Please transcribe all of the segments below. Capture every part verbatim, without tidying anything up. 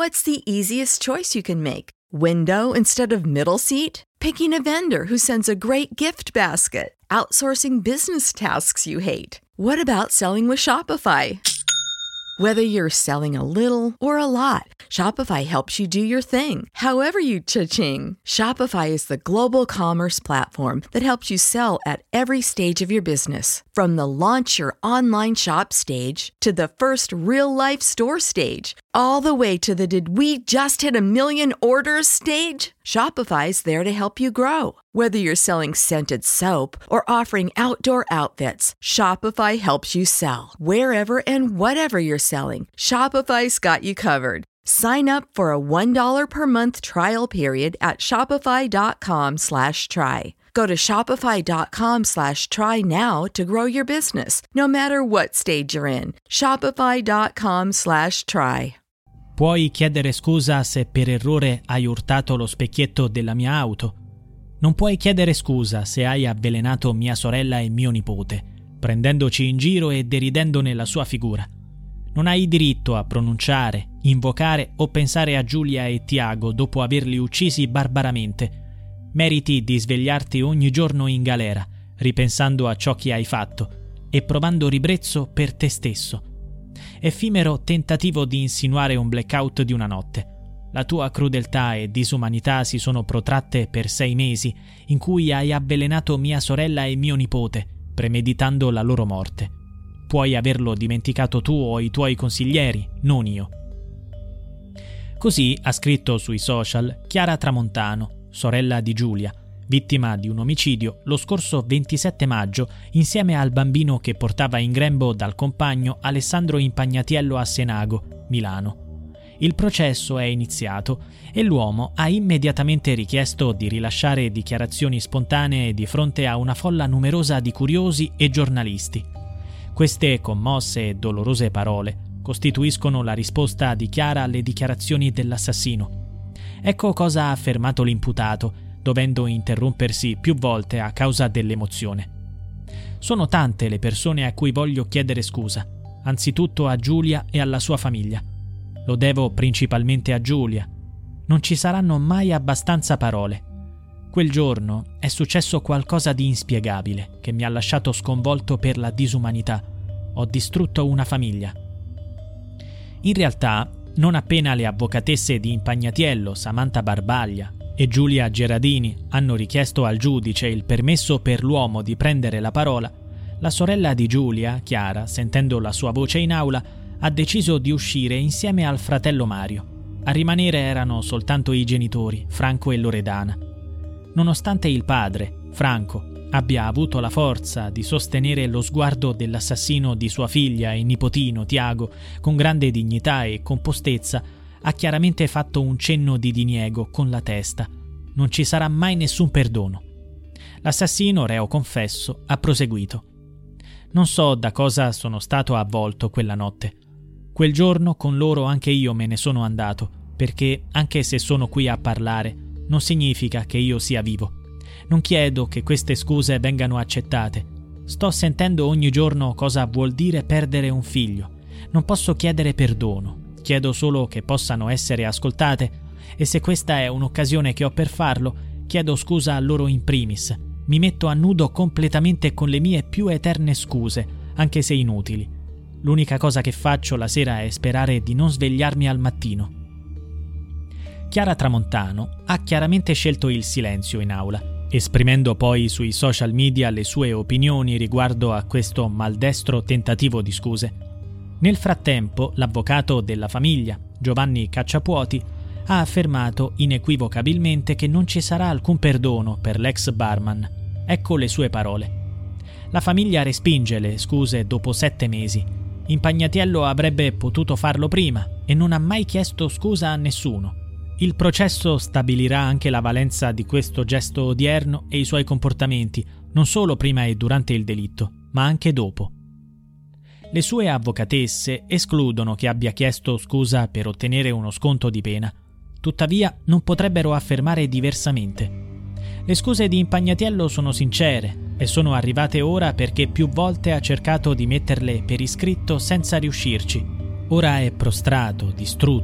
What's the easiest choice you can make? Window instead of middle seat? Picking a vendor who sends a great gift basket? Outsourcing business tasks you hate? What about selling with Shopify? Whether you're selling a little or a lot, Shopify helps you do your thing, however you cha-ching. Shopify is the global commerce platform that helps you sell at every stage of your business. From the launch your online shop stage to the first real-life store stage, all the way to the did we just hit a million orders stage? Shopify's there to help you grow. Whether you're selling scented soap or offering outdoor outfits, Shopify helps you sell. Wherever and whatever you're selling, Shopify's got you covered. Sign up for a one dollar per month trial period at shopify.com slash try. Go to shopify.com slash try now to grow your business, no matter what stage you're in. Shopify.com slash try. Puoi chiedere scusa se per errore hai urtato lo specchietto della mia auto? Non puoi chiedere scusa se hai avvelenato mia sorella e mio nipote, prendendoci in giro e deridendone la sua figura. Non hai diritto a pronunciare, invocare o pensare a Giulia e Tiago dopo averli uccisi barbaramente. Meriti di svegliarti ogni giorno in galera, ripensando a ciò che hai fatto e provando ribrezzo per te stesso. Effimero tentativo di insinuare un blackout di una notte. La tua crudeltà e disumanità si sono protratte per sei mesi, in cui hai avvelenato mia sorella e mio nipote, premeditando la loro morte. Puoi averlo dimenticato tu o i tuoi consiglieri, non io. Così ha scritto sui social Chiara Tramontano, sorella di Giulia, vittima di un omicidio lo scorso ventisette maggio insieme al bambino che portava in grembo dal compagno Alessandro Impagnatiello a Senago, Milano. Il processo è iniziato e l'uomo ha immediatamente richiesto di rilasciare dichiarazioni spontanee di fronte a una folla numerosa di curiosi e giornalisti. Queste commosse e dolorose parole costituiscono la risposta di Chiara alle dichiarazioni dell'assassino. Ecco cosa ha affermato l'imputato, dovendo interrompersi più volte a causa dell'emozione. Sono tante le persone a cui voglio chiedere scusa, anzitutto a Giulia e alla sua famiglia. Lo devo principalmente a Giulia. Non ci saranno mai abbastanza parole. Quel giorno è successo qualcosa di inspiegabile che mi ha lasciato sconvolto per la disumanità. Ho distrutto una famiglia. In realtà, non appena le avvocatesse di Impagnatiello, Samantha Barbaglia e Giulia Gerardini hanno richiesto al giudice il permesso per l'uomo di prendere la parola, la sorella di Giulia, Chiara, sentendo la sua voce in aula, ha deciso di uscire insieme al fratello Mario. A rimanere erano soltanto i genitori, Franco e Loredana. Nonostante il padre, Franco, abbia avuto la forza di sostenere lo sguardo dell'assassino di sua figlia e nipotino Tiago con grande dignità e compostezza, ha chiaramente fatto un cenno di diniego con la testa. Non ci sarà mai nessun perdono. L'assassino, reo confesso, ha proseguito. Non so da cosa sono stato avvolto quella notte. Quel giorno con loro anche io me ne sono andato, perché anche se sono qui a parlare, non significa che io sia vivo. Non chiedo che queste scuse vengano accettate. Sto sentendo ogni giorno cosa vuol dire perdere un figlio. Non posso chiedere perdono. Chiedo solo che possano essere ascoltate e se questa è un'occasione che ho per farlo, chiedo scusa a loro in primis. Mi metto a nudo completamente con le mie più eterne scuse, anche se inutili. L'unica cosa che faccio la sera è sperare di non svegliarmi al mattino. Chiara Tramontano ha chiaramente scelto il silenzio in aula, esprimendo poi sui social media le sue opinioni riguardo a questo maldestro tentativo di scuse. Nel frattempo, l'avvocato della famiglia, Giovanni Cacciapuoti, ha affermato inequivocabilmente che non ci sarà alcun perdono per l'ex barman. Ecco le sue parole. La famiglia respinge le scuse dopo sette mesi. Impagnatiello avrebbe potuto farlo prima e non ha mai chiesto scusa a nessuno. Il processo stabilirà anche la valenza di questo gesto odierno e i suoi comportamenti, non solo prima e durante il delitto, ma anche dopo. Le sue avvocatesse escludono che abbia chiesto scusa per ottenere uno sconto di pena. Tuttavia, non potrebbero affermare diversamente. Le scuse di Impagnatiello sono sincere e sono arrivate ora perché più volte ha cercato di metterle per iscritto senza riuscirci. Ora è prostrato, distrutto,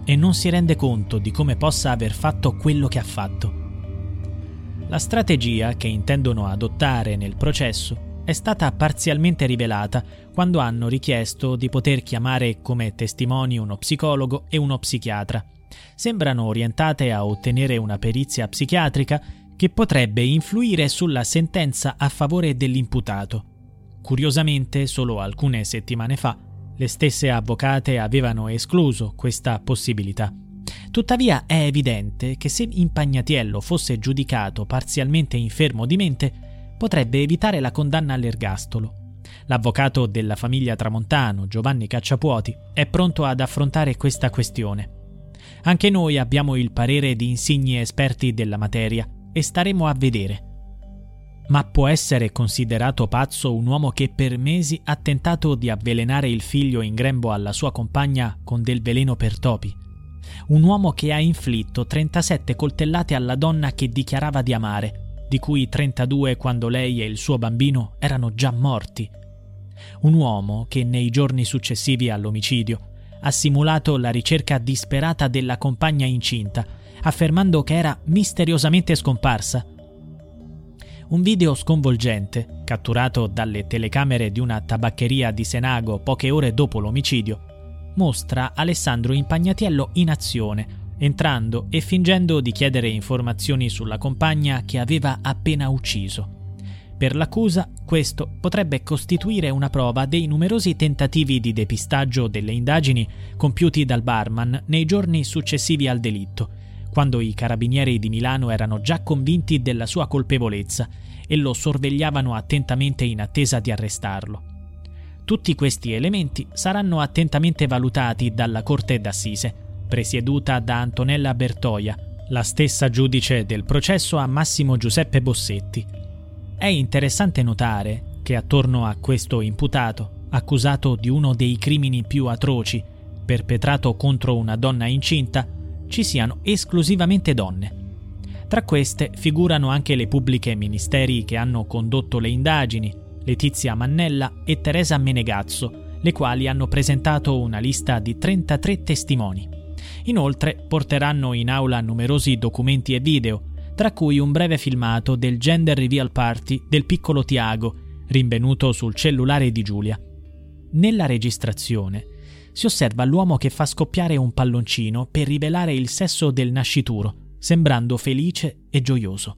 e non si rende conto di come possa aver fatto quello che ha fatto. La strategia che intendono adottare nel processo è stata parzialmente rivelata quando hanno richiesto di poter chiamare come testimoni uno psicologo e uno psichiatra. Sembrano orientate a ottenere una perizia psichiatrica che potrebbe influire sulla sentenza a favore dell'imputato. Curiosamente, solo alcune settimane fa, le stesse avvocate avevano escluso questa possibilità. Tuttavia è evidente che se Impagnatiello fosse giudicato parzialmente infermo di mente, potrebbe evitare la condanna all'ergastolo. L'avvocato della famiglia Tramontano, Giovanni Cacciapuoti, è pronto ad affrontare questa questione. Anche noi abbiamo il parere di insigni esperti della materia e staremo a vedere. Ma può essere considerato pazzo un uomo che per mesi ha tentato di avvelenare il figlio in grembo alla sua compagna con del veleno per topi? Un uomo che ha inflitto trentasette coltellate alla donna che dichiarava di amare, di cui trentadue quando lei e il suo bambino erano già morti. Un uomo che nei giorni successivi all'omicidio ha simulato la ricerca disperata della compagna incinta, affermando che era misteriosamente scomparsa. Un video sconvolgente, catturato dalle telecamere di una tabaccheria di Senago poche ore dopo l'omicidio, mostra Alessandro Impagnatiello in azione, entrando e fingendo di chiedere informazioni sulla compagna che aveva appena ucciso. Per l'accusa, questo potrebbe costituire una prova dei numerosi tentativi di depistaggio delle indagini compiuti dal barman nei giorni successivi al delitto, quando i carabinieri di Milano erano già convinti della sua colpevolezza e lo sorvegliavano attentamente in attesa di arrestarlo. Tutti questi elementi saranno attentamente valutati dalla Corte d'Assise, presieduta da Antonella Bertoia, la stessa giudice del processo a Massimo Giuseppe Bossetti. È interessante notare che attorno a questo imputato, accusato di uno dei crimini più atroci perpetrato contro una donna incinta, ci siano esclusivamente donne. Tra queste figurano anche le pubbliche ministeri che hanno condotto le indagini, Letizia Mannella e Teresa Menegazzo, le quali hanno presentato una lista di trentatré testimoni. Inoltre porteranno in aula numerosi documenti e video, tra cui un breve filmato del gender reveal party del piccolo Tiago, rinvenuto sul cellulare di Giulia. Nella registrazione si osserva l'uomo che fa scoppiare un palloncino per rivelare il sesso del nascituro, sembrando felice e gioioso.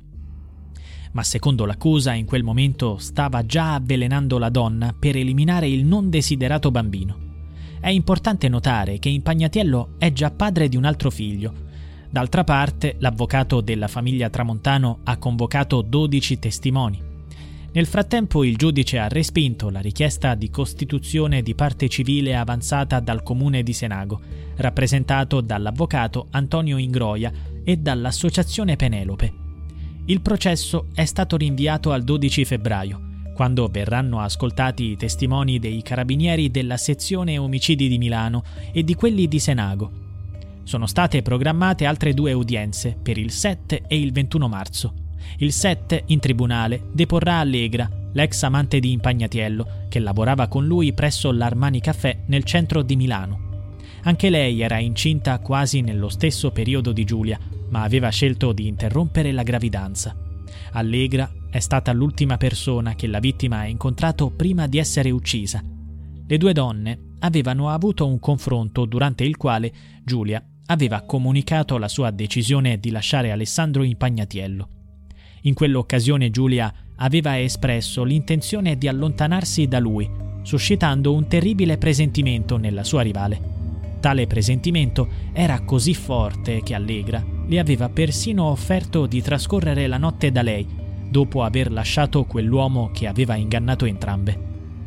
Ma secondo l'accusa in quel momento stava già avvelenando la donna per eliminare il non desiderato bambino. È importante notare che Impagnatiello è già padre di un altro figlio. D'altra parte, l'avvocato della famiglia Tramontano ha convocato dodici testimoni. Nel frattempo il giudice ha respinto la richiesta di costituzione di parte civile avanzata dal comune di Senago, rappresentato dall'avvocato Antonio Ingroia e dall'associazione Penelope. Il processo è stato rinviato al dodici febbraio, quando verranno ascoltati i testimoni dei carabinieri della sezione omicidi di Milano e di quelli di Senago. Sono state programmate altre due udienze per il sette e il ventuno marzo. Il sette, in tribunale, deporrà Allegra, l'ex amante di Impagnatiello, che lavorava con lui presso l'Armani Caffè nel centro di Milano. Anche lei era incinta quasi nello stesso periodo di Giulia, ma aveva scelto di interrompere la gravidanza. Allegra è stata l'ultima persona che la vittima ha incontrato prima di essere uccisa. Le due donne avevano avuto un confronto durante il quale Giulia aveva comunicato la sua decisione di lasciare Alessandro Impagnatiello. In quell'occasione Giulia aveva espresso l'intenzione di allontanarsi da lui, suscitando un terribile presentimento nella sua rivale. Tale presentimento era così forte che Allegra le aveva persino offerto di trascorrere la notte da lei, dopo aver lasciato quell'uomo che aveva ingannato entrambe.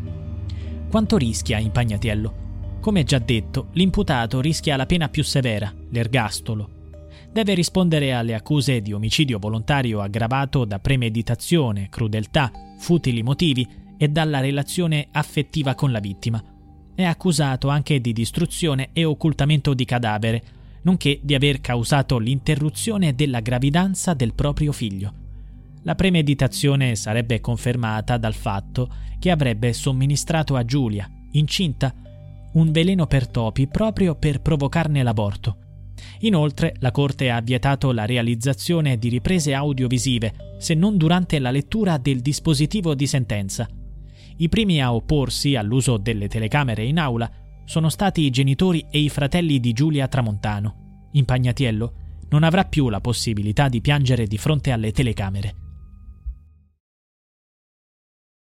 Quanto rischia Impagnatiello? Come già detto, l'imputato rischia la pena più severa, l'ergastolo. Deve rispondere alle accuse di omicidio volontario aggravato da premeditazione, crudeltà, futili motivi e dalla relazione affettiva con la vittima. È accusato anche di distruzione e occultamento di cadavere, nonché di aver causato l'interruzione della gravidanza del proprio figlio. La premeditazione sarebbe confermata dal fatto che avrebbe somministrato a Giulia, incinta, un veleno per topi proprio per provocarne l'aborto. Inoltre, la Corte ha vietato la realizzazione di riprese audiovisive, se non durante la lettura del dispositivo di sentenza. I primi a opporsi all'uso delle telecamere in aula sono stati i genitori e i fratelli di Giulia Tramontano. Impagnatiello non avrà più la possibilità di piangere di fronte alle telecamere.